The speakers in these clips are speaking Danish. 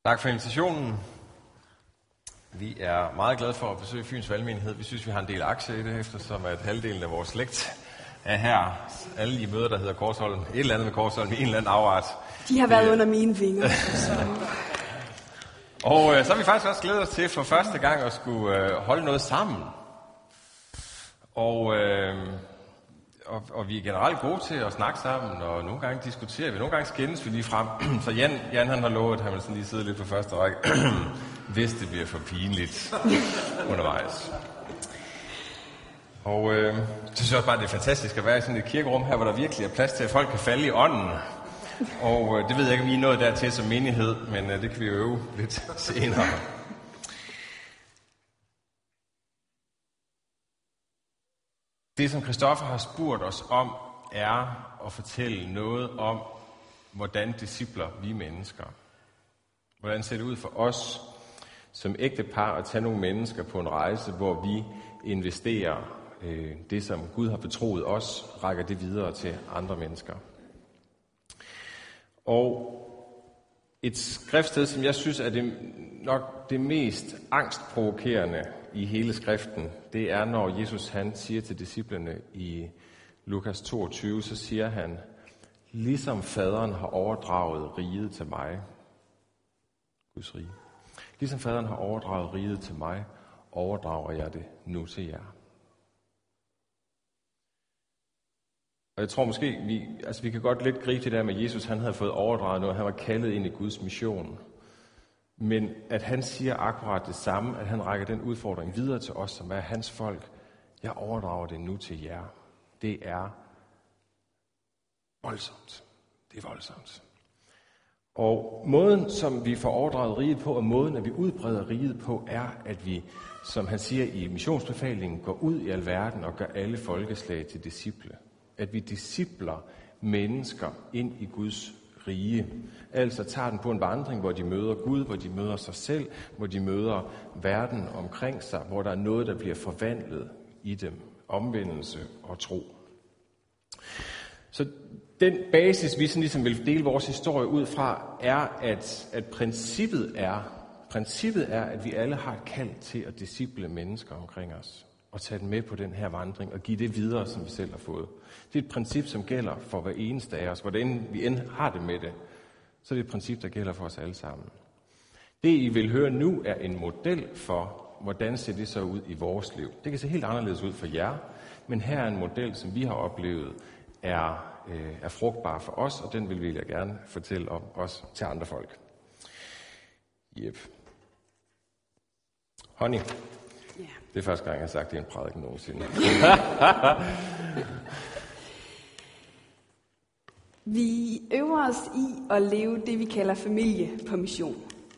Tak for invitationen. Vi er meget glade for at besøge Fyns Valgmenighed. Vi synes, vi har en del aktier i det, eftersom at halvdelen af vores slægt er her. Alle de møder, der hedder Korsholm, et eller andet med Korsholm, i en eller anden afart. De har været under mine vinger. Og så har vi faktisk også glædet os til for første gang at skulle holde noget sammen. Og vi er generelt gode til at snakke sammen, og nogle gange diskuterer vi, nogle gange skændes vi lige frem. Så Jan han har lovet, at han vil sådan lige sidde lidt på første række, hvis det bliver for pinligt undervejs. Og så synes jeg også bare, det er fantastisk at være i sådan et kirkerum her, hvor der virkelig er plads til, at folk kan falde i ånden. Og det ved jeg ikke, om I er nået dertil som menighed, men det kan vi øve lidt senere. Det, som Christoffer har spurgt os om, er at fortælle noget om, hvordan discipler vi mennesker. Hvordan ser det ud for os som ægtepar at tage nogle mennesker på en rejse, hvor vi investerer det, som Gud har betroet os, rækker det videre til andre mennesker. Og et skriftsted, som jeg synes er nok det mest angstprovokerende i hele skriften, det er, når Jesus han siger til disciplene i Lukas 22, så siger han, ligesom faderen har overdraget riget til mig, Guds rige, ligesom faderen har overdraget riget til mig, overdrager jeg det nu til jer. Og jeg tror måske, vi kan godt lidt gribe det der med, at Jesus han havde fået overdraget noget, han var kaldet ind i Guds mission. Men at han siger akkurat det samme, at han rækker den udfordring videre til os, som er hans folk. Jeg overdrager det nu til jer. Det er voldsomt. Det er voldsomt. Og måden, som vi får overdraget riget på, og måden, at vi udbreder riget på, er, at vi, som han siger i missionsbefalingen, går ud i alverden og gør alle folkeslag til disciple. At vi discipler mennesker ind i Guds rige. Altså tager den på en vandring, hvor de møder Gud, hvor de møder sig selv, hvor de møder verden omkring sig, hvor der er noget, der bliver forvandlet i dem. Omvendelse og tro. Så den basis, vi sådan ligesom vil dele vores historie ud fra, er, at princippet er, at vi alle har et kald til at disciple mennesker omkring os. Og tage dem med på den her vandring og give det videre, som vi selv har fået. Det er et princip, som gælder for hver eneste af os. Hvordan vi end har det med det, så er det et princip, der gælder for os alle sammen. Det, I vil høre nu, er en model for, hvordan ser det så ud i vores liv. Det kan se helt anderledes ud for jer, men her er en model, som vi har oplevet, er frugtbar for os, og den vil vi gerne fortælle om også til andre folk. Yep. Honey. Yeah. Det er første gang, jeg har sagt det i en prædiken nogensinde. Vi øver os i at leve det, vi kalder familie på mission.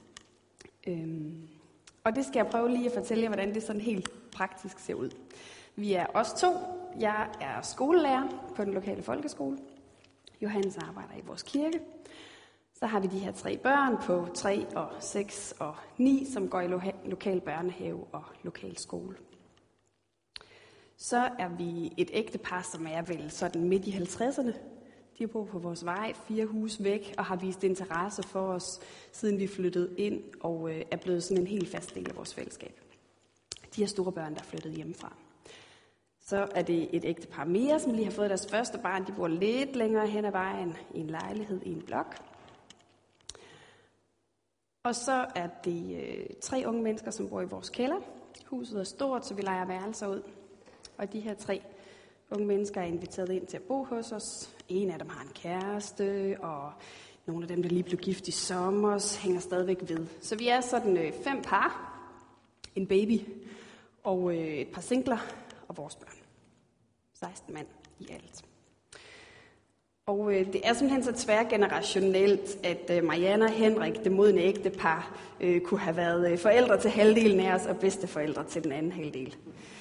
Og det skal jeg prøve lige at fortælle jer, hvordan det sådan helt praktisk ser ud. Vi er os to. Jeg er skolelærer på den lokale folkeskole. Johannes arbejder i vores kirke. Så har vi de her 3 børn på 3 og 6 og 9, som går i lokal børnehave og lokal skole. Så er vi et ægtepar, som er vel sådan midt i 50'erne. De har boet på vores vej 4 huse væk og har vist interesse for os, siden vi flyttede ind og er blevet sådan en helt fast del af vores fællesskab. De har store børn, der er flyttet hjemmefra. Så er det et ægtepar mere, som lige har fået deres første barn. De bor lidt længere hen ad vejen i en lejlighed i en blok. Og så er det 3 unge mennesker, som bor i vores kælder. Huset er stort, så vi lejer værelser ud. Og de her 3 unge mennesker er inviteret ind til at bo hos os. En af dem har en kæreste, og nogle af dem, der lige blev gift i sommer, hænger stadigvæk ved. Så vi er sådan 5 par, en baby og et par singler og vores børn. 16 mand i alt. Og det er simpelthen så tværgenerationelt, at Marianne og Henrik, det modne ægtepar, kunne have været forældre til halvdelen af os og bedsteforældre til den anden halvdel.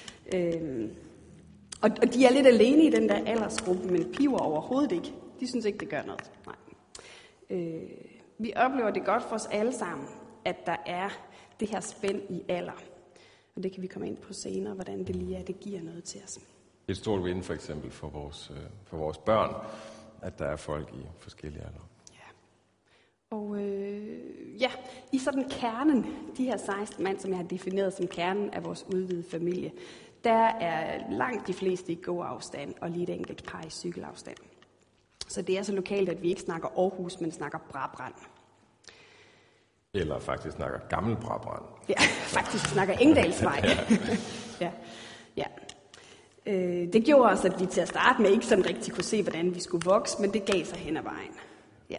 Og de er lidt alene i den der aldersgruppe, men piver overhovedet ikke. De synes ikke, det gør noget. Nej. Vi oplever det godt for os alle sammen, at der er det her spænd i alder. Og det kan vi komme ind på senere, hvordan det lige er, det giver noget til os. Et stort win for eksempel for vores børn, at der er folk i forskellige aldre. Ja. Og i sådan kernen, de her 16 mand, som jeg har defineret som kernen af vores udvidede familie, der er langt de fleste i gåafstand og lige et enkelt par i cykelafstand. Så det er så lokalt, at vi ikke snakker Aarhus, men snakker Brabrand. Eller faktisk snakker Gammel Brabrand. Ja, faktisk snakker Engdalsvej. Ja. Det gjorde også, at vi til at starte med ikke sådan rigtig kunne se, hvordan vi skulle vokse, men det gav sig hen ad vejen. Ja.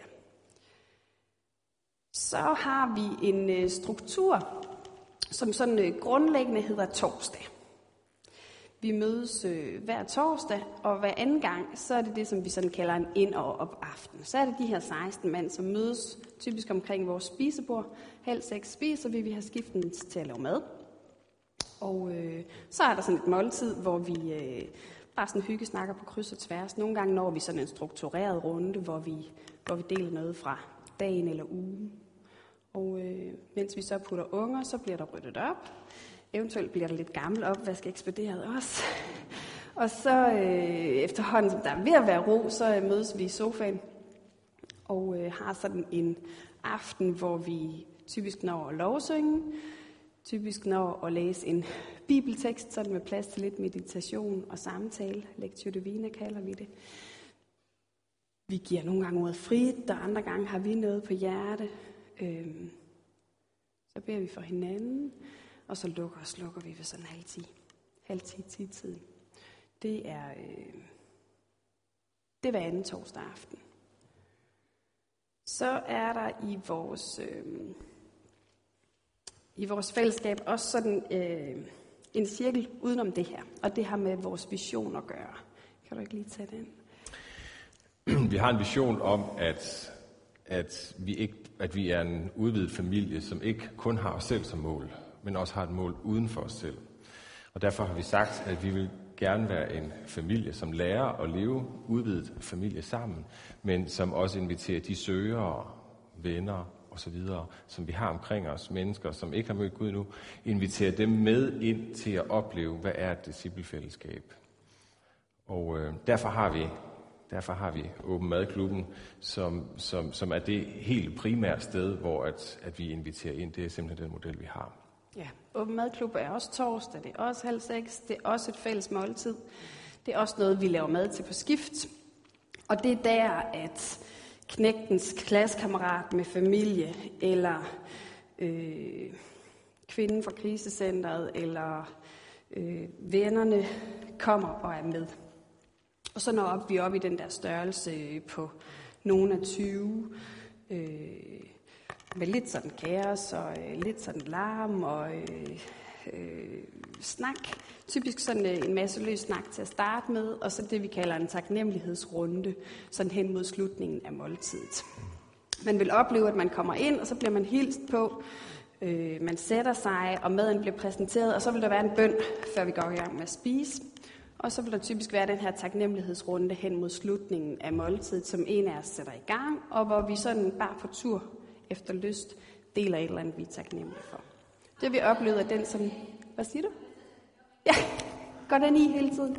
Så har vi en struktur, som sådan grundlæggende hedder torsdag. Vi mødes hver torsdag, og hver anden gang, så er det det, som vi sådan kalder en ind- og op-aften. Så er det de her 16 mand, som mødes typisk omkring vores spisebord. 5:30 spiser vi har skiftet til at lave mad. Og så er der sådan et måltid, hvor vi bare sådan hyggesnakker på kryds og tværs. Nogle gange når vi sådan en struktureret runde, hvor vi deler noget fra dagen eller ugen. Og mens vi så putter unger, så bliver der ryddet op. Eventuelt bliver der lidt gammel opvask ekspederet også. Og så efterhånden, som der er ved at være ro, så mødes vi i sofaen. Og har sådan en aften, hvor vi typisk når at lovsynge. Typisk når at læse en bibeltekst, sådan med plads til lidt meditation og samtale. Lectio Divina kalder vi det. Vi giver nogle gange ordet frit, og andre gange har vi noget på hjerte. Så beder vi for hinanden, og så lukker og slukker vi ved sådan 9:30 tiden. Det er hver anden torsdag aften. Så er der i vores fællesskab også sådan en cirkel udenom det her, og det har med vores vision at gøre. Kan du ikke lige tage den? Vi har en vision om, at vi er en udvidet familie, som ikke kun har os selv som mål, men også har et mål uden for os selv. Og derfor har vi sagt, at vi vil gerne være en familie, som lærer at leve udvidet familie sammen, men som også inviterer de søgere, venner osv., som vi har omkring os, mennesker, som ikke har mødt Gud endnu, inviterer dem med ind til at opleve, hvad er et disciplefællesskab. Og derfor har vi Åben Madklubben, som er det helt primære sted, hvor at vi inviterer ind. Det er simpelthen den model, vi har. Ja, Åben Madklub er også torsdag, det er også 5:30, det er også et fælles måltid. Det er også noget, vi laver mad til på skift. Og det er der, at knægtens klassekammerat med familie, eller kvinden fra krisecentret, eller vennerne kommer og er med. Og så når vi op i den der størrelse på nogle af 20, med lidt sådan kaos og lidt sådan larm og snak. Typisk sådan en masse løs snak til at starte med, og så det, vi kalder en taknemmelighedsrunde, sådan hen mod slutningen af måltidet. Man vil opleve, at man kommer ind, og så bliver man hilst på. Man sætter sig, og maden bliver præsenteret, og så vil der være en bøn, før vi går i gang med at spise. Og så vil der typisk være den her taknemmelighedsrunde hen mod slutningen af måltidet, som en af os sætter i gang, og hvor vi sådan bare på tur efter lyst deler et eller andet, vi er taknemmelige for. Det har vi oplevet, at den som... Hvad siger du? Ja, går den i hele tiden.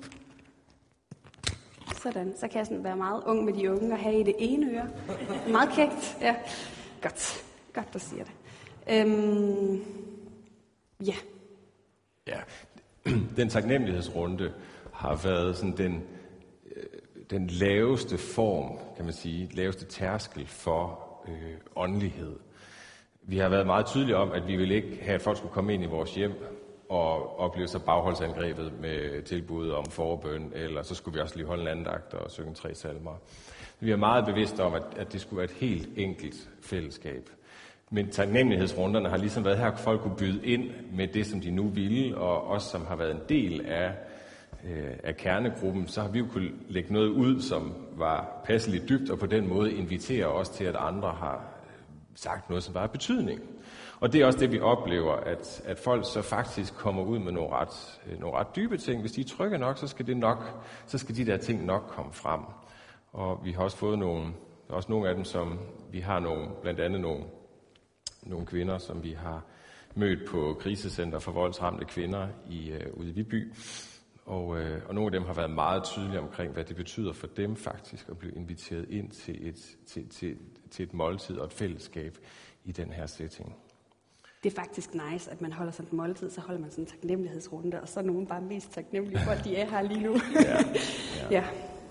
Sådan, så kan jeg sådan være meget ung med de unge og have i det ene øre. Meget kægt, ja. Godt, du siger det. Ja. Ja, den taknemmelighedsrunde har været sådan den laveste form, kan man sige, laveste tærskel for åndelighed. Vi har været meget tydelige om, at vi ville ikke have, at folk skulle komme ind i vores hjem og opleve sig bagholdsangrebet med tilbud om forbøn, eller så skulle vi også lige holde en andagt og synge 3 salmer. Vi er meget bevidste om, at det skulle være et helt enkelt fællesskab. Men taknemmelighedsrunderne har ligesom været her, at folk kunne byde ind med det, som de nu ville, og os, som har været en del af kernegruppen, så har vi jo kunne lægge noget ud, som var passeligt dybt, og på den måde invitere os til, at andre har sagt noget, som var af betydning. Og det er også det, vi oplever, at folk så faktisk kommer ud med nogle ret dybe ting. Hvis de er trygge nok, så skal de der ting nok komme frem. Og vi har også fået nogle af dem, som vi har blandt andet nogle kvinder, som vi har mødt på krisecenter for voldsramte kvinder ude i Viby. Og nogle af dem har været meget tydelige omkring, hvad det betyder for dem faktisk at blive inviteret ind til et måltid og et fællesskab i den her setting. Det er faktisk nice, at man holder sådan en måltid, så holder man sådan en taknemmelighedsrunde, og så er nogen bare mest taknemmelige for, at de er her lige nu. Ja.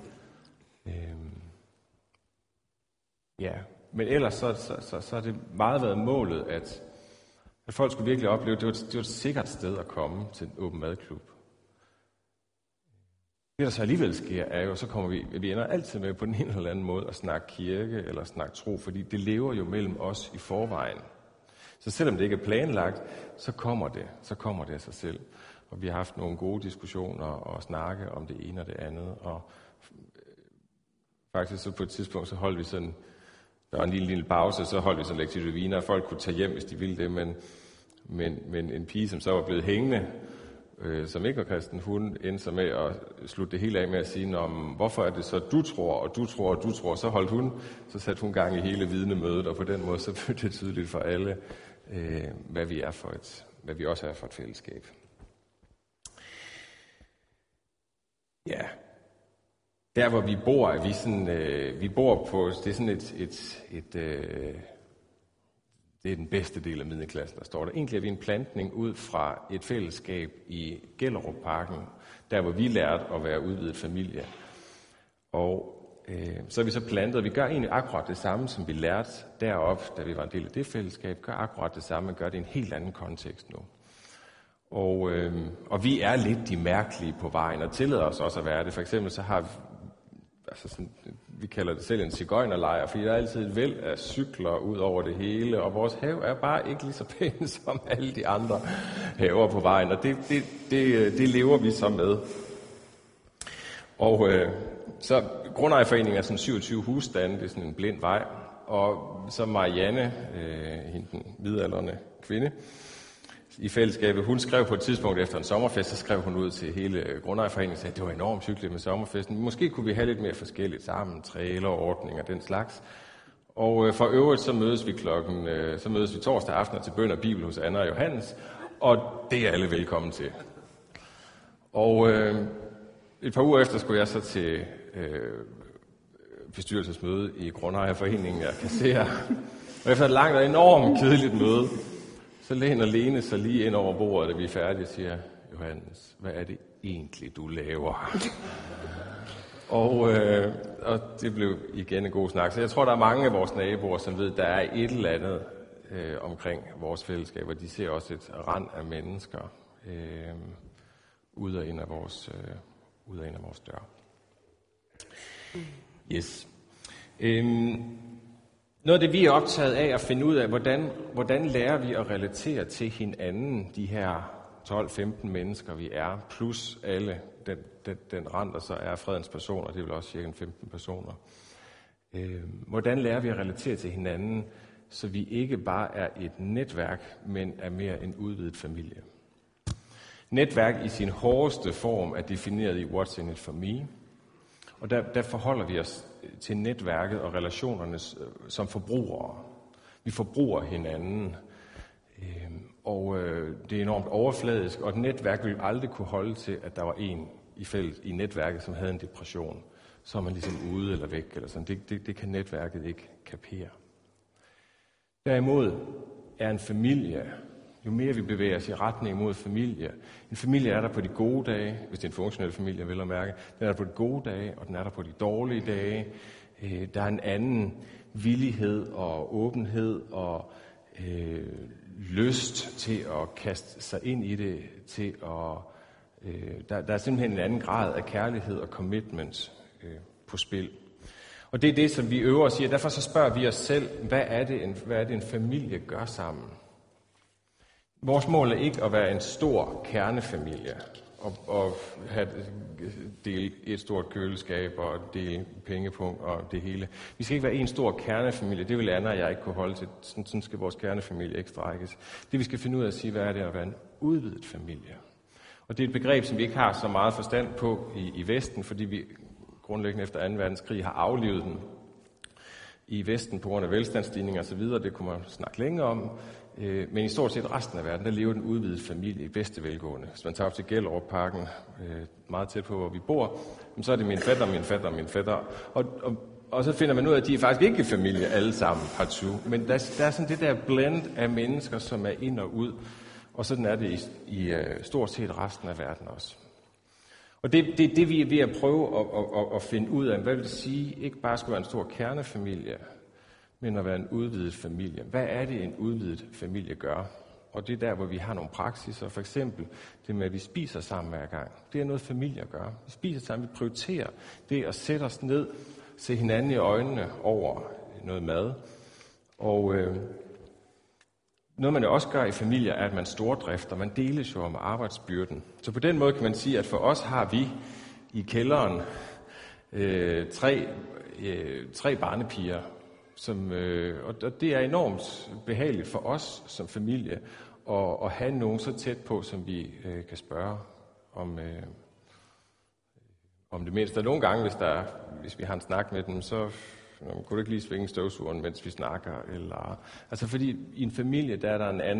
Ja, men ellers så er det meget været målet, at folk skulle virkelig opleve, at det var et sikkert sted at komme til en åben madklub. Det, der så alligevel sker, er jo, så kommer vi ender altid med på den ene eller anden måde at snakke kirke eller snakke tro, fordi det lever jo mellem os i forvejen. Så selvom det ikke er planlagt, så kommer det af sig selv. Og vi har haft nogle gode diskussioner og snakke om det ene og det andet. Og faktisk så på et tidspunkt, så holdt vi sådan, der var en lille pause, så holdt vi sådan lektie divina, og folk kunne tage hjem, hvis de ville det, men en pige, som så var blevet hængende, som ikke var kristen, hun endte sig med at slutte det hele af med at sige, hvorfor er det så, du tror, så satte hun gang i hele vidnemødet, og på den måde så blev det tydeligt for alle, hvad vi også er for et fællesskab. Ja, der hvor vi bor, vi bor på, det er sådan det er den bedste del af middelklassen, der står der. Egentlig er vi en plantning ud fra et fællesskab i Gellerupparken, der hvor vi lærte at være udvidet familie. Og så er vi så plantet, vi gør egentlig akkurat det samme, som vi lærte deroppe, da vi var en del af det fællesskab, gør akkurat det samme, men gør det i en helt anden kontekst nu. Og vi er lidt de mærkelige på vejen, og tillader os også at være det. For eksempel så har vi, vi kalder det selv en sigøjnerlejr, fordi der er altid et væld af cykler ud over det hele, og vores have er bare ikke lige så pæne som alle de andre haver på vejen, og det lever vi så med. Og så Grundejerforeningen er sådan 27 husstande, det er sådan en blind vej, og så Marianne, hende den midaldrende kvinde, i fællesskabet, hun skrev på et tidspunkt efter en sommerfest, så skrev hun ud til hele Grundejerforeningen og sagde, at det var enormt hyggeligt med sommerfesten. Måske kunne vi have lidt mere forskelligt sammen, trailerordninger og den slags. Og for øvrigt så mødes vi torsdag aften til bøn og bibel hos Anna og Johannes, og det er alle velkommen til. Og et par uger efter skulle jeg så til bestyrelsesmøde i Grundejerforeningen af kasserer. Og efter et langt og enormt kedeligt møde, så læner Lene sig lige ind over bordet, da vi er færdige, og siger, Johannes, hvad er det egentlig, du laver? og det blev igen en god snak. Så jeg tror, der er mange af vores naboer, som ved, der er et eller andet omkring vores fællesskab, og de ser også et rand af mennesker ud og ind af vores dør. Yes. Noget af det, vi er optaget af at finde ud af, hvordan lærer vi at relatere til hinanden, de her 12-15 mennesker, vi er, plus alle den rand, der så er fredens personer, det er vel også cirka 15 personer. Hvordan lærer vi at relatere til hinanden, så vi ikke bare er et netværk, men er mere en udvidet familie. Netværk i sin hårdeste form er defineret i What's in it for me, og der forholder vi os til netværket og relationerne som forbrugere. Vi forbruger hinanden, og det er enormt overfladisk, og et netværk vil aldrig kunne holde til, at der var en i netværket, som havde en depression. Så er man ligesom ude eller væk, eller sådan. Det kan netværket ikke kapere. Derimod er en familie, jo mere vi bevæger os i retning mod familie. En familie er der på de gode dage, hvis det er en funktionel familie, vel at mærke. Den er der på de gode dage, og den er der på de dårlige dage. Der er en anden villighed og åbenhed og lyst til at kaste sig ind i det, til at der er simpelthen en anden grad af kærlighed og commitment på spil. Og det er det, som vi øver os i, og derfor så spørger vi os selv, hvad er det en familie gør sammen? Vores mål er ikke at være en stor kernefamilie, og dele et stort køleskab og dele pengepunkt og det hele. Vi skal ikke være en stor kernefamilie, det vil Anna og jeg ikke kunne holde til. Sådan skal vores kernefamilie ikke strækkes. Det vi skal finde ud af at sige, hvad er det at være en udvidet familie? Og det er et begreb, som vi ikke har så meget forstand på i Vesten, fordi vi grundlæggende efter 2. verdenskrig har aflivet den i Vesten på grund af velstandsstigning og så videre. Det kunne man snakke længere om. Men i stort set resten af verden, der lever den udvidede familie i bedste velgående. Hvis man tager op til Gellerupparken, meget tæt på, hvor vi bor, så er det min fætter. Og Og så finder man ud af, at de er faktisk ikke familie alle sammen partout. Men der er sådan det der blend af mennesker, som er ind og ud. Og sådan er det i stort set resten af verden også. Og det vi er ved at prøve at finde ud af, hvad vil det sige, ikke bare skulle være en stor kernefamilie, men at være en udvidet familie. Hvad er det, en udvidet familie gør? Og det er der, hvor vi har nogle praksiser. For eksempel det med, at vi spiser sammen hver gang. Det er noget, familier gør. Vi spiser sammen, vi prioriterer det at sætte os ned, se hinanden i øjnene over noget mad. Og noget, man jo også gør i familier, er, at man stordrifter. Man deles jo om arbejdsbyrden. Så på den måde kan man sige, at for os har vi i kælderen tre barnepiger. Og det er enormt behageligt for os som familie at have nogen så tæt på, som vi kan spørge om det mindste. Og nogle gange, hvis vi har en snak med dem, så kunne du ikke lige svinge støvsugeren, mens vi snakker. Altså fordi i en familie, der er der en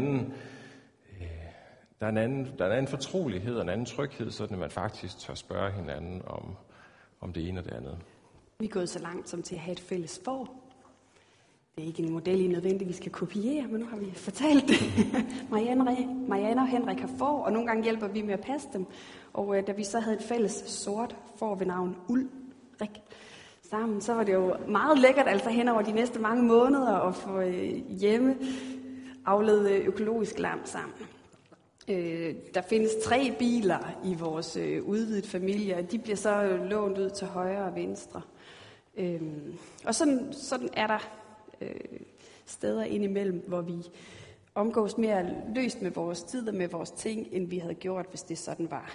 anden fortrolighed og en anden tryghed, sådan at man faktisk tør spørge hinanden om det ene og det andet. Vi er gået så langt som til at have et fælles får. Det er ikke en model, I nødvendigvis skal kopiere, men nu har vi fortalt det. Marianne og Henrik har får, og nogle gange hjælper vi med at passe dem. Og da vi så havde et fælles sort får ved navn Ulrik sammen, så var det jo meget lækkert, altså hen over de næste mange måneder, at få hjemme afledt økologisk lam sammen. Der findes 3 biler i vores udvidet familie, og de bliver så lånt ud til højre og venstre. Og sådan er der steder indimellem, hvor vi omgås mere løst med vores tid og med vores ting, end vi havde gjort, hvis det sådan var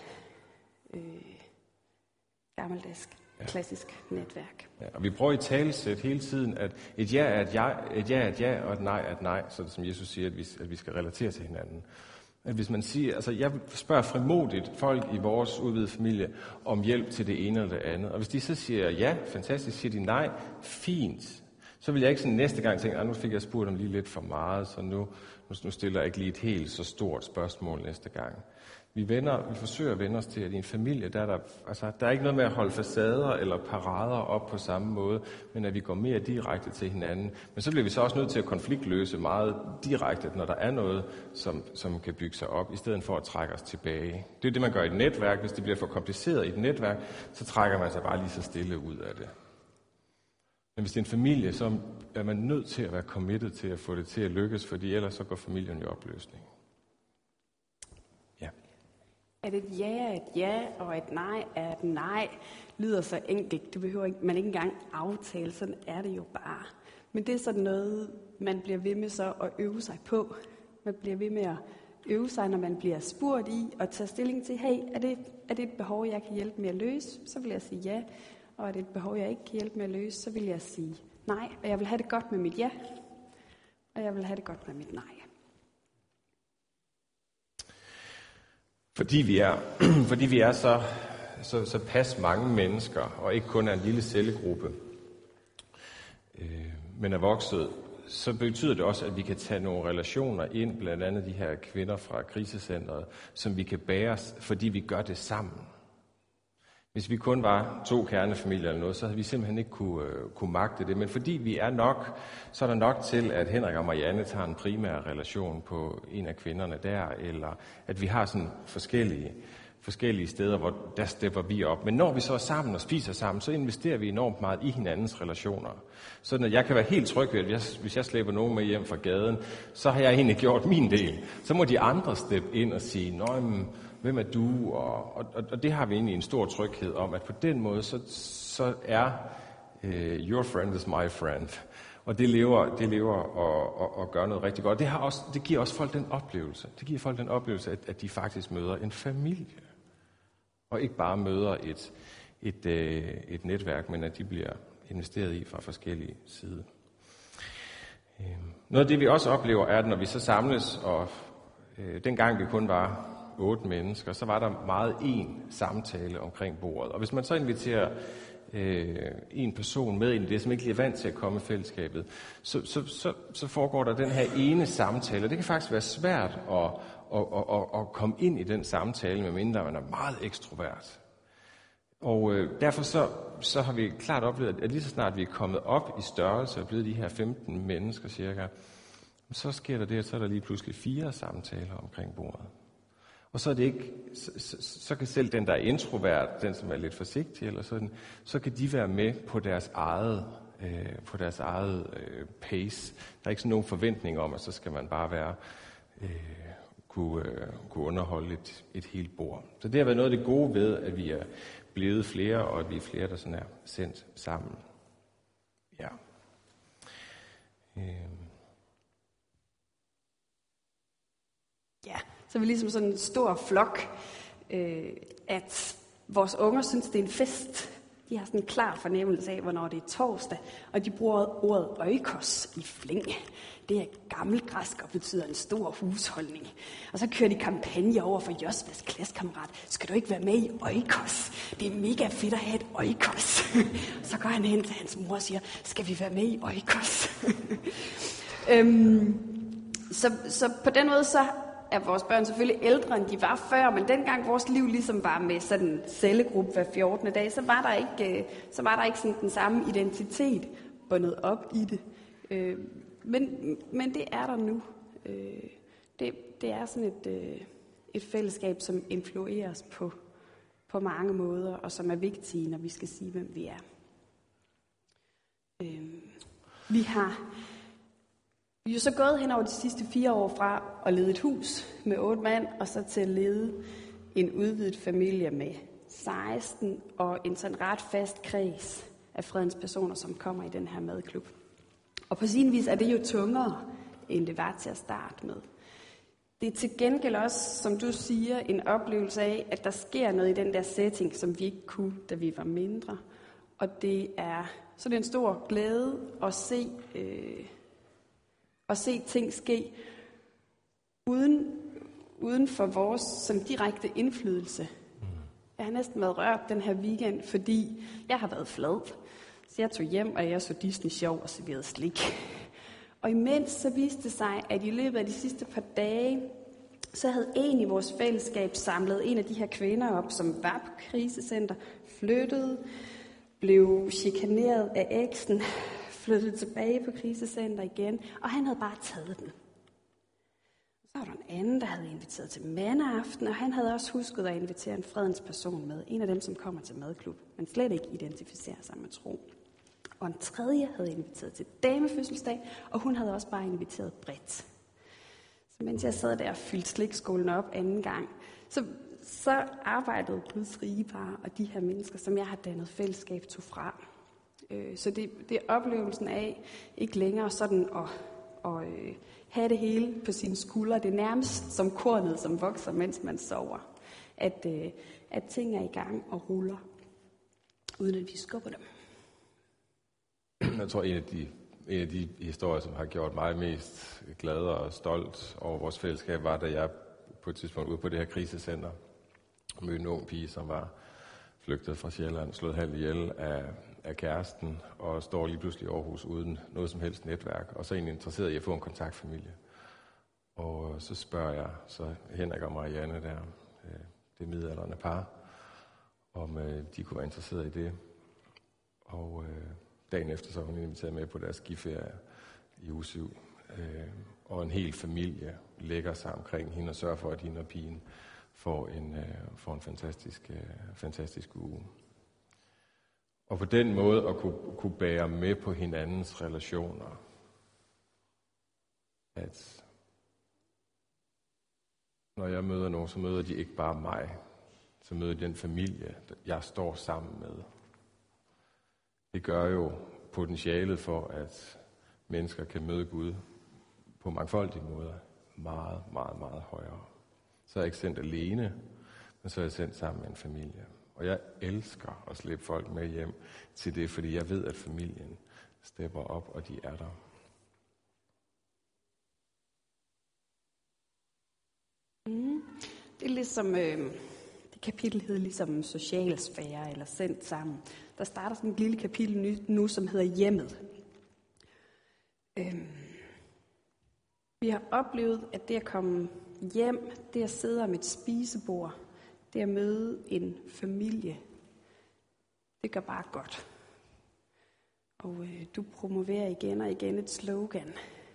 gammeldags, klassisk netværk. Ja, og vi prøver i talesæt hele tiden, at et ja er et ja, og et nej er et nej, så det, som Jesus siger, at vi skal relatere til hinanden. At hvis man siger, altså jeg spørger frimodigt folk i vores udvidede familie om hjælp til det ene eller det andet, og hvis de så siger ja, fantastisk, siger de nej, fint, så vil jeg ikke sådan næste gang tænke, nu fik jeg spurgt om lige lidt for meget, så nu stiller jeg ikke lige et helt så stort spørgsmål næste gang. Vi forsøger at vende os til, at i en familie, der er ikke noget med at holde facader eller parader op på samme måde, men at vi går mere direkte til hinanden. Men så bliver vi så også nødt til at konfliktløse meget direkte, når der er noget, som kan bygge sig op, i stedet for at trække os tilbage. Det er det, man gør i et netværk. Hvis det bliver for kompliceret i et netværk, så trækker man sig bare lige så stille ud af det. Men hvis det er en familie, så er man nødt til at være committed til at få det til at lykkes, fordi ellers så går familien i opløsning. Ja. At et ja er et ja, og et nej er et nej, lyder så enkelt. Det behøver man ikke engang aftale, sådan er det jo bare. Men det er sådan noget, man bliver ved med så at øve sig på. Man bliver ved med at øve sig, når man bliver spurgt i, og tage stilling til, hey, er det et behov, jeg kan hjælpe med at løse? Så vil jeg sige ja. Og er det et behov, jeg ikke kan hjælpe med at løse, så vil jeg sige nej. Og jeg vil have det godt med mit ja, og jeg vil have det godt med mit nej. Fordi vi er så pas mange mennesker, og ikke kun er en lille cellegruppe, men er vokset, så betyder det også, at vi kan tage nogle relationer ind, blandt andet de her kvinder fra krisecentret, som vi kan bære, fordi vi gør det sammen. Hvis vi kun var 2 kernefamilier eller noget, så havde vi simpelthen ikke kunne magte det. Men fordi vi er nok, så er der nok til, at Henrik og Marianne tager en primær relation på en af kvinderne der, eller at vi har sådan forskellige steder, hvor der stepper vi op. Men når vi så er sammen og spiser sammen, så investerer vi enormt meget i hinandens relationer. Sådan at jeg kan være helt tryg ved, at hvis jeg slæber nogen med hjem fra gaden, så har jeg egentlig gjort min del. Så må de andre steppe ind og sige, hvem er du? Og det har vi egentlig en stor tryghed om, at på den måde, så er your friend is my friend. Og det lever og gør noget rigtig godt. Det giver også folk den oplevelse. Det giver folk den oplevelse, at de faktisk møder en familie. Og ikke bare møder et netværk, men at de bliver investeret i fra forskellige sider. Noget af det, vi også oplever, er, at når vi så samles, og dengang vi kun var 8 mennesker, så var der meget en samtale omkring bordet. Og hvis man så inviterer en person med ind i det, som ikke lige er vant til at komme i fællesskabet, så foregår der den her ene samtale. Og det kan faktisk være svært at komme ind i den samtale, medmindre man er meget ekstrovert. Og derfor så har vi klart oplevet, at lige så snart vi er kommet op i størrelse og blevet de her 15 mennesker cirka, så sker der det, at så er der lige pludselig 4 samtaler omkring bordet. Og så er det ikke, så kan selv den, der er introvert, den som er lidt forsigtig eller sådan, så kan de være med på deres eget pace. Der er ikke sådan nogen forventning om, at så skal man bare være kunne underholde et helt bord. Så det har været noget af det gode ved, at vi er blevet flere, og at vi er flere, der sådan er sendt sammen. Ja. Ja, så er vi ligesom sådan en stor flok, at vores unger synes, det er en fest. De har sådan en klar fornemmelse af, hvornår det er torsdag, og de bruger ordet oikos i flæng. Det er gammelgræsk og betyder en stor husholdning. Og så kører de kampagne over for Josvas klassekammerat. Skal du ikke være med i oikos? Det er mega fedt at have et oikos. Så går han hen til hans mor og siger, skal vi være med i oikos? Så på den måde så er vores børn selvfølgelig ældre, end de var før, men dengang vores liv ligesom var med sådan en cellegruppe hver 14. dag, så var der ikke sådan den samme identitet bundet op i det. Men det er der nu. Det er sådan et fællesskab, som influerer os på mange måder, og som er vigtige, når vi skal sige, hvem vi er. Vi er jo så gået hen over de sidste 4 år fra at lede et hus med 8 mand, og så til at lede en udvidet familie med 16, og en sådan ret fast kreds af fredens personer, som kommer i den her madklub. Og på sin vis er det jo tungere, end det var til at starte med. Det er til gengæld også, som du siger, en oplevelse af, at der sker noget i den der setting, som vi ikke kunne, da vi var mindre. Og det er sådan en stor glæde at se ting ske uden for vores sådan direkte indflydelse. Jeg har næsten været rørt den her weekend, fordi jeg har været flad. Så jeg tog hjem, og jeg så Disney-show og serverede slik. Og imens så viste det sig, at i løbet af de sidste par dage, så havde en i vores fællesskab samlet en af de her kvinder op, som var på krisecenter, flyttede, blev chikaneret af eksen, flyttede tilbage på krisecenter igen, og han havde bare taget den. Så var der en anden, der havde inviteret til mandeaften, og han havde også husket at invitere en fredens person med, en af dem, som kommer til madklub, men slet ikke identificerer sig med tro. Og en tredje havde inviteret til damefødselsdag, og hun havde også bare inviteret bredt. Så mens jeg sad der og fyldte slikskålen op anden gang, så arbejdede Guds rige bare, og de her mennesker, som jeg har dannet fællesskab, tog fra. Så det er oplevelsen af ikke længere sådan at have det hele på sine skuldre. Det er nærmest som kornet, som vokser, mens man sover. At ting er i gang og ruller, uden at vi skubber dem. Jeg tror, en af de historier, som har gjort mig mest glad og stolt over vores fællesskab, var, da jeg på et tidspunkt ude på det her krisecenter mødte en ung pige, som var flygtet fra Sjælland, slået halvt ihjel af kæresten, og står lige pludselig i Aarhus uden noget som helst netværk, og så er egentlig interesseret i at få en kontaktfamilie. Og så spørger jeg så Henrik og Marianne der, det midaldrende par, om de kunne være interesseret i det. Og dagen efter så var hun inviteret med på deres skiferie i uge 7. Og en hel familie lægger sig omkring hende og sørger for, at hende og pigen får en fantastisk uge. Og på den måde at kunne bære med på hinandens relationer. At når jeg møder nogen, så møder de ikke bare mig. Så møder de den familie, jeg står sammen med. Det gør jo potentialet for, at mennesker kan møde Gud på mangfoldige måder meget, meget, meget højere. Så er jeg ikke sendt alene, men så er jeg sendt sammen med en familie. Og jeg elsker at slippe folk med hjem til det, fordi jeg ved, at familien stepper op, og de er der. Det er ligesom, det kapitel hedder ligesom socialsfære eller sendt sammen. Der starter sådan et lille kapitel nu, som hedder hjemmet. Vi har oplevet, at det at komme hjem, det at sidde om et spisebord, det at møde en familie, Det gør bare godt. Og du promoverer igen og igen et slogan.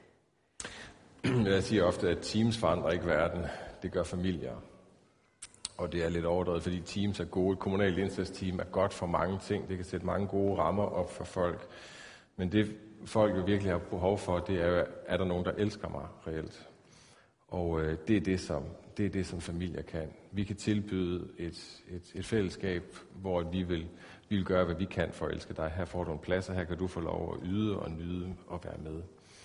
Jeg siger ofte, at teams forandrer ikke verden. Det gør familier. Og det er lidt overdrevet, fordi teams er gode. Et kommunalt indsatsteam er godt for mange ting. Det kan sætte mange gode rammer op for folk. Men det folk jo virkelig har behov for, det er der nogen, der elsker mig reelt. Og det er det, som familier kan. Vi kan tilbyde et fællesskab, hvor vi vil gøre, hvad vi kan for at elske dig. Her får du en plads, og her kan du få lov at yde og nyde og være med.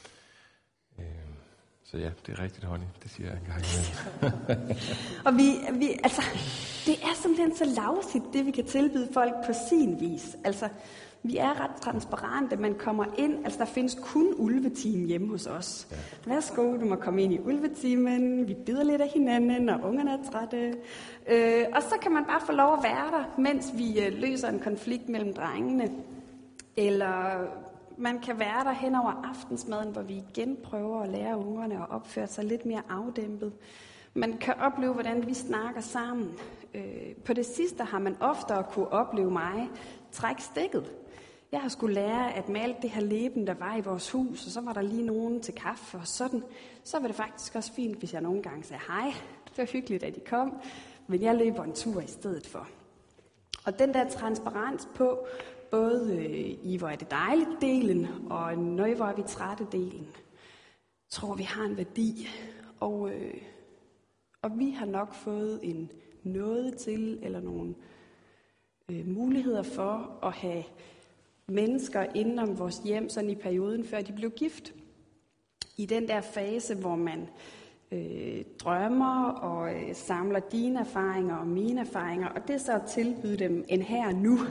Så ja, det er rigtigt, Honey. Det siger jeg engang imellem. Og altså, det er simpelthen så lavsigt, det vi kan tilbyde folk på sin vis. Altså, vi er ret transparente, man kommer ind, altså der findes kun ulveteam hjemme hos os. Ja. Værsgo, du må komme ind i ulvetimen, vi bider lidt af hinanden, og ungerne er trætte. Og så kan man bare få lov at være der, mens vi løser en konflikt mellem drengene. Eller man kan være der hen over aftensmaden, hvor vi igen prøver at lære ungerne at opføre sig lidt mere afdæmpet. Man kan opleve, hvordan vi snakker sammen. På det sidste har man oftere kunne opleve mig trække stikket. Jeg har skulle lære, at med alt det her leben, der var i vores hus, og så var der lige nogen til kaffe og sådan, så var det faktisk også fint, hvis jeg nogle gange sagde hej. Det var hyggeligt, at I kom, men jeg løber en tur i stedet for. Og den der transparens på, både i hvor er det dejligt delen, og nøj hvor er vi trætte delen, tror vi har en værdi. Og vi har nok fået en nåde til, eller nogle muligheder for at have mennesker inden om vores hjem, sådan i perioden før de blev gift. I den der fase, hvor man drømmer og samler dine erfaringer og mine erfaringer, og det så at tilbyde dem en her og nu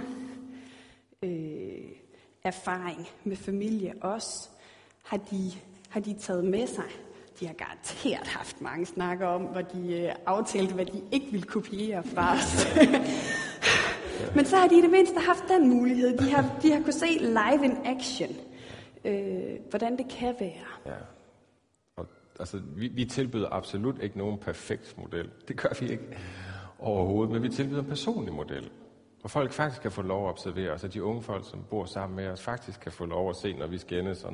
erfaring med familie også, har de taget med sig. De har garanteret haft mange snakker om, hvor de aftalte, hvad de ikke ville kopiere fra os. Men så har de i det mindste haft den mulighed. De har kunne se live in action, hvordan det kan være. Ja. Og, altså, vi tilbyder absolut ikke nogen perfekt model. Det gør vi ikke overhovedet, men vi tilbyder en personlig model. Hvor folk faktisk kan få lov at observere os, og de unge folk, som bor sammen med os, faktisk kan få lov at se, når vi skændes, og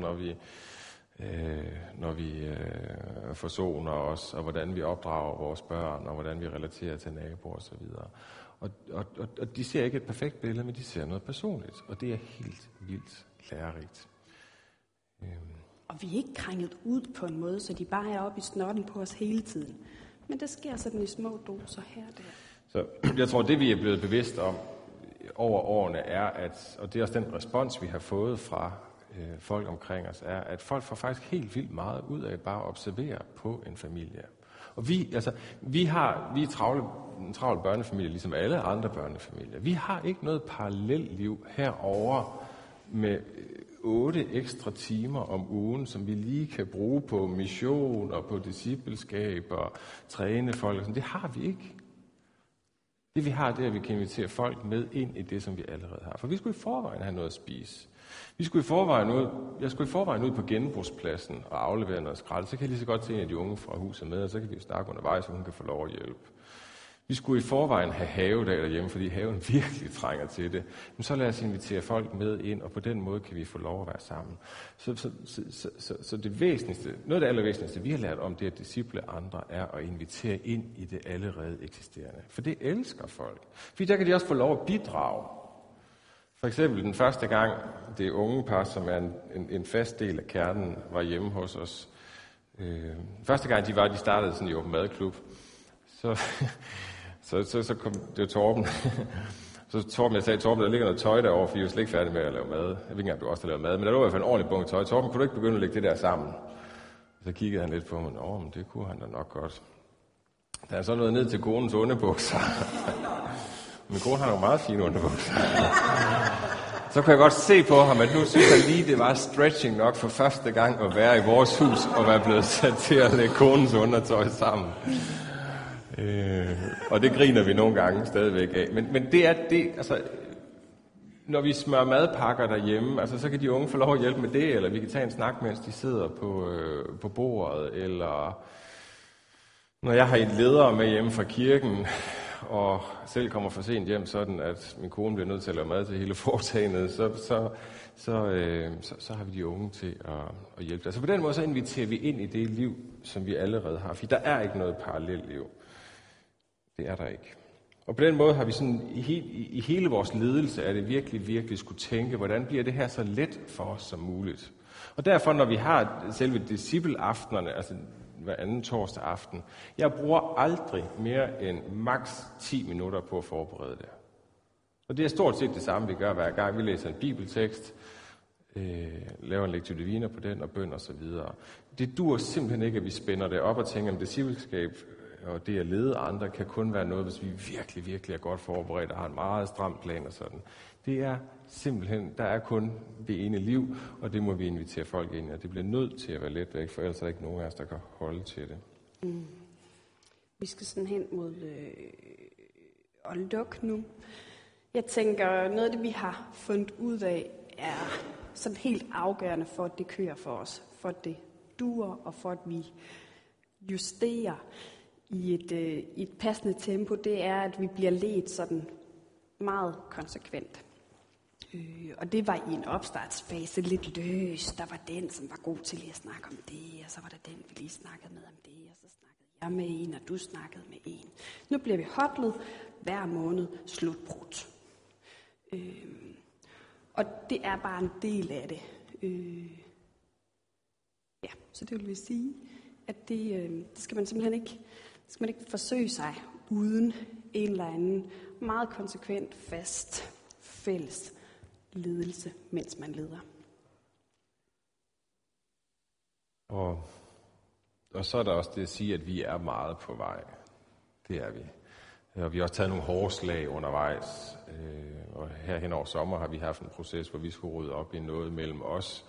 når vi forsoner os, og hvordan vi opdrager vores børn, og hvordan vi relaterer til naboer osv. Og de ser ikke et perfekt billede, men de ser noget personligt, og det er helt vildt lærerigt. Og vi er ikke krænget ud på en måde, så de bare er oppe i snotten på os hele tiden. Men det sker sådan i små doser her og der. Så jeg tror, det vi er blevet bevidst om over årene er, og det er også den respons, vi har fået fra folk omkring os, er, at folk får faktisk helt vildt meget ud af bare at observere på en familie. Og vi er en travl børnefamilie, ligesom alle andre børnefamilier. Vi har ikke noget parallelliv herover med 8 ekstra timer om ugen, som vi lige kan bruge på mission og på discipleskab og træne folk. Det har vi ikke. Det vi har, det er, at vi kan invitere folk med ind i det, som vi allerede har. For vi skulle i forvejen have noget at spise. Jeg skulle i forvejen ud på genbrugspladsen og aflevere noget skrald. Så kan jeg lige så godt tage en af de unge fra huset med, og så kan vi jo snakke undervejs, så hun kan få lov at hjælpe. Vi skulle i forvejen have havedag derhjemme, fordi haven virkelig trænger til det. Men så lad os invitere folk med ind, og på den måde kan vi få lov at være sammen. Så det væsentligste, noget af det allervæsentligste, vi har lært om det at disciple andre, er at invitere ind i det allerede eksisterende. For det elsker folk. Fordi der kan de også få lov at bidrage. For eksempel den første gang, det unge par, som er en fast del af kernen, var hjemme hos os. Første gang de startede sådan i åben madklub, så kom det jo Torben. Jeg sagde, Torben, der ligger noget tøj derovre, fordi vi er slet ikke færdige med at lave mad. Jeg ved ikke engang, du også har lavet mad, men der lå i hvert fald en ordentlig bunke tøj. Torben, kunne du ikke begynde at lægge det der sammen? Så kiggede han lidt på mig, men det kunne han da nok godt. Der er så noget ned til konens underbukser. Min kone har nogle meget fine underbukser. Så kunne jeg godt se på ham, at nu synes jeg lige, det var stretching nok for første gang at være i vores hus og være blevet sat til at lægge konens undertøj sammen. Og det griner vi nogle gange stadigvæk af. Men det er det, altså, når vi smører madpakker derhjemme, altså, så kan de unge få lov at hjælpe med det, eller vi kan tage en snak, mens de sidder på bordet, eller når jeg har et ledere med hjemme fra kirken, og selv kommer for sent hjem, sådan at min kone bliver nødt til at lave mad til hele foretagendet, så har vi de unge til at hjælpe dig. Så på den måde så inviterer vi ind i det liv, som vi allerede har. For der er ikke noget parallelt liv. Det er der ikke. Og på den måde har vi sådan i hele vores ledelse, er det virkelig skulle tænke, hvordan bliver det her så let for os som muligt. Og derfor, når vi har selve discipleaftenerne, altså hver anden torsdag aften, jeg bruger aldrig mere end maks 10 minutter på at forberede det. Og det er stort set det samme, vi gør hver gang. Vi læser en bibeltekst, laver en lectio divina på den, og bøn og så videre. Det dur simpelthen ikke, at vi spænder det op og tænker, at discipleskab og det at lede andre kan kun være noget, hvis vi virkelig er godt forberedt og har en meget stram plan og sådan. Det er simpelthen, der er kun det ene liv, og det må vi invitere folk ind i, og det bliver nødt til at være let væk, for ellers er der ikke nogen af os, der kan holde til det. Vi skal sådan hen mod at lukke nu. Jeg tænker, noget af det, vi har fundet ud af, er sådan helt afgørende for, at det kører for os, for at det duer, og for at vi justerer i et passende tempo, det er, at vi bliver ledt sådan meget konsekvent. Og det var i en opstartsfase lidt løst. Der var den, som var god til lige at snakke om det, og så var der den, vi lige snakkede med om det, og så snakkede jeg med en, og du snakkede med en. Nu bliver vi hotlet hver måned slutbrudt. Og det er bare en del af det. Ja, så det vil vi sige, at det skal man simpelthen ikke forsøge sig uden en eller anden meget konsekvent, fast, fælles ledelse, mens man leder. Og så er der også det at sige, at vi er meget på vej. Det er vi. Og vi har også taget nogle hårde slag undervejs. Og her hen over sommer har vi haft en proces, hvor vi skulle rydde op i noget mellem os.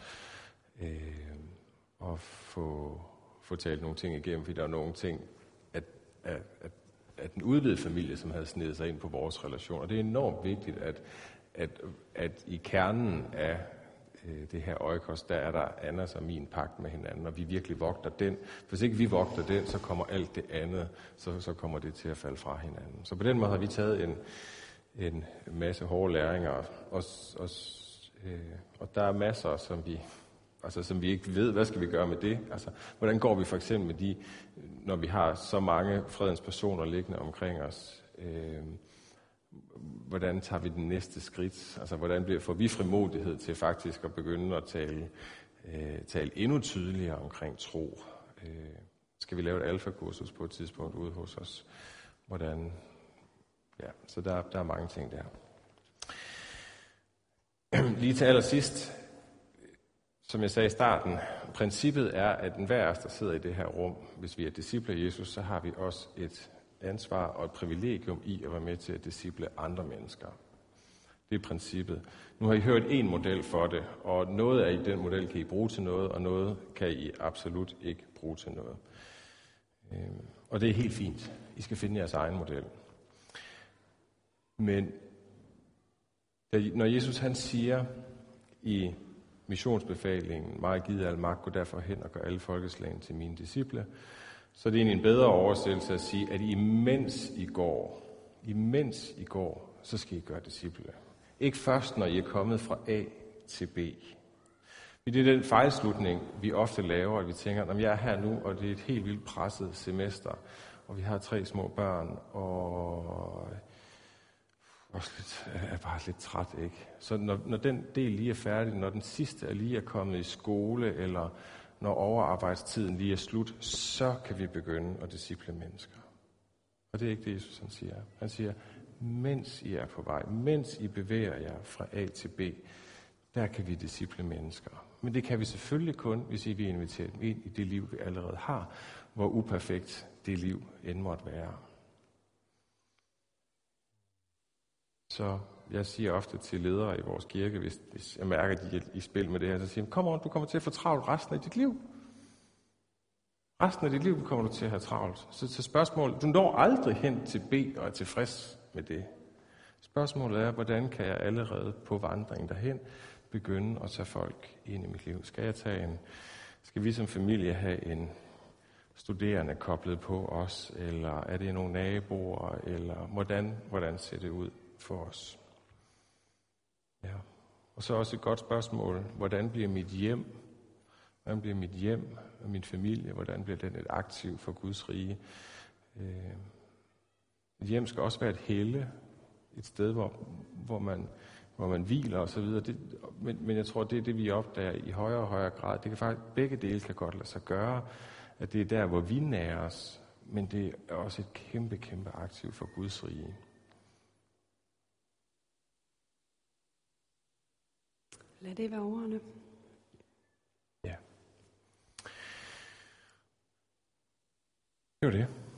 Og få talt nogle ting igennem, fordi der er nogle ting, at den udvidede familie, som havde snedet sig ind på vores relation. Og det er enormt vigtigt, at i kernen af det her oikos, der er der Annas og min pagt med hinanden, og vi virkelig vogter den. Hvis ikke vi vogter den, så kommer alt det andet, så kommer det til at falde fra hinanden. Så på den måde har vi taget en masse hårde læringer, og der er masser, som vi ikke ved, hvad skal vi gøre med det? Altså, hvordan går vi for eksempel med de, når vi har så mange fredens personer liggende omkring os? Hvordan tager vi den næste skridt? Altså, hvordan får vi frimodighed til faktisk at begynde at tale endnu tydeligere omkring tro? Skal vi lave et alfakursus på et tidspunkt ude hos os? Hvordan? Ja, så der er mange ting der. Lige til allersidst, som jeg sagde i starten, princippet er, at enhver af os, der sidder i det her rum, hvis vi er discipler af Jesus, så har vi også et ansvar og et privilegium i at være med til at disciple andre mennesker. Det er princippet. Nu har I hørt en model for det, og noget af den model kan I bruge til noget, og noget kan I absolut ikke bruge til noget. Og det er helt fint. I skal finde jeres egen model. Men når Jesus han siger i missionsbefalingen, mig givet al magt, gå derfor hen og gør alle folkeslagene til mine disciple, så er det egentlig en bedre oversættelse at sige, at imens I går, så skal I gøre disciple. Ikke først, når I er kommet fra A til B. Det er den fejlslutning, vi ofte laver, at vi tænker, at jeg er her nu, og det er et helt vildt presset semester, og vi har 3 små børn, og er bare lidt træt, ikke? Så når den del lige er færdig, når den sidste er lige er kommet i skole, eller når overarbejdstiden lige er slut, så kan vi begynde at disciple mennesker. Og det er ikke det, Jesus han siger. Han siger, mens I er på vej, mens I bevæger jer fra A til B, der kan vi disciple mennesker. Men det kan vi selvfølgelig kun, hvis I vil invitere dem ind i det liv, vi allerede har, hvor uperfekt det liv end måtte være. Så jeg siger ofte til ledere i vores kirke, hvis jeg mærker, at de er i spil med det her, så siger jeg, kom on, du kommer til at få travlt resten af dit liv. Resten af dit liv kommer du til at have travlt. Så spørgsmålet, du når aldrig hen til B og er tilfreds med det. Spørgsmålet er, hvordan kan jeg allerede på vandringen derhen begynde at tage folk ind i mit liv? Skal vi som familie have en studerende koblet på os, eller er det nogle naboer, eller hvordan ser det ud for os? Ja. Og så også et godt spørgsmål, hvordan bliver mit hjem? Hvordan bliver mit hjem og min familie? Hvordan bliver den et aktiv for Guds rige? Et hjem skal også være et helle, et sted, hvor man hviler og så videre. Men jeg tror, det er det, vi opdager i højere og højere grad. Det kan faktisk, begge dele kan godt lade sig gøre, at det er der, hvor vi nærer os, men det er også et kæmpe, kæmpe aktiv for Guds rige. Lad det være ordene. Ja. Det var det.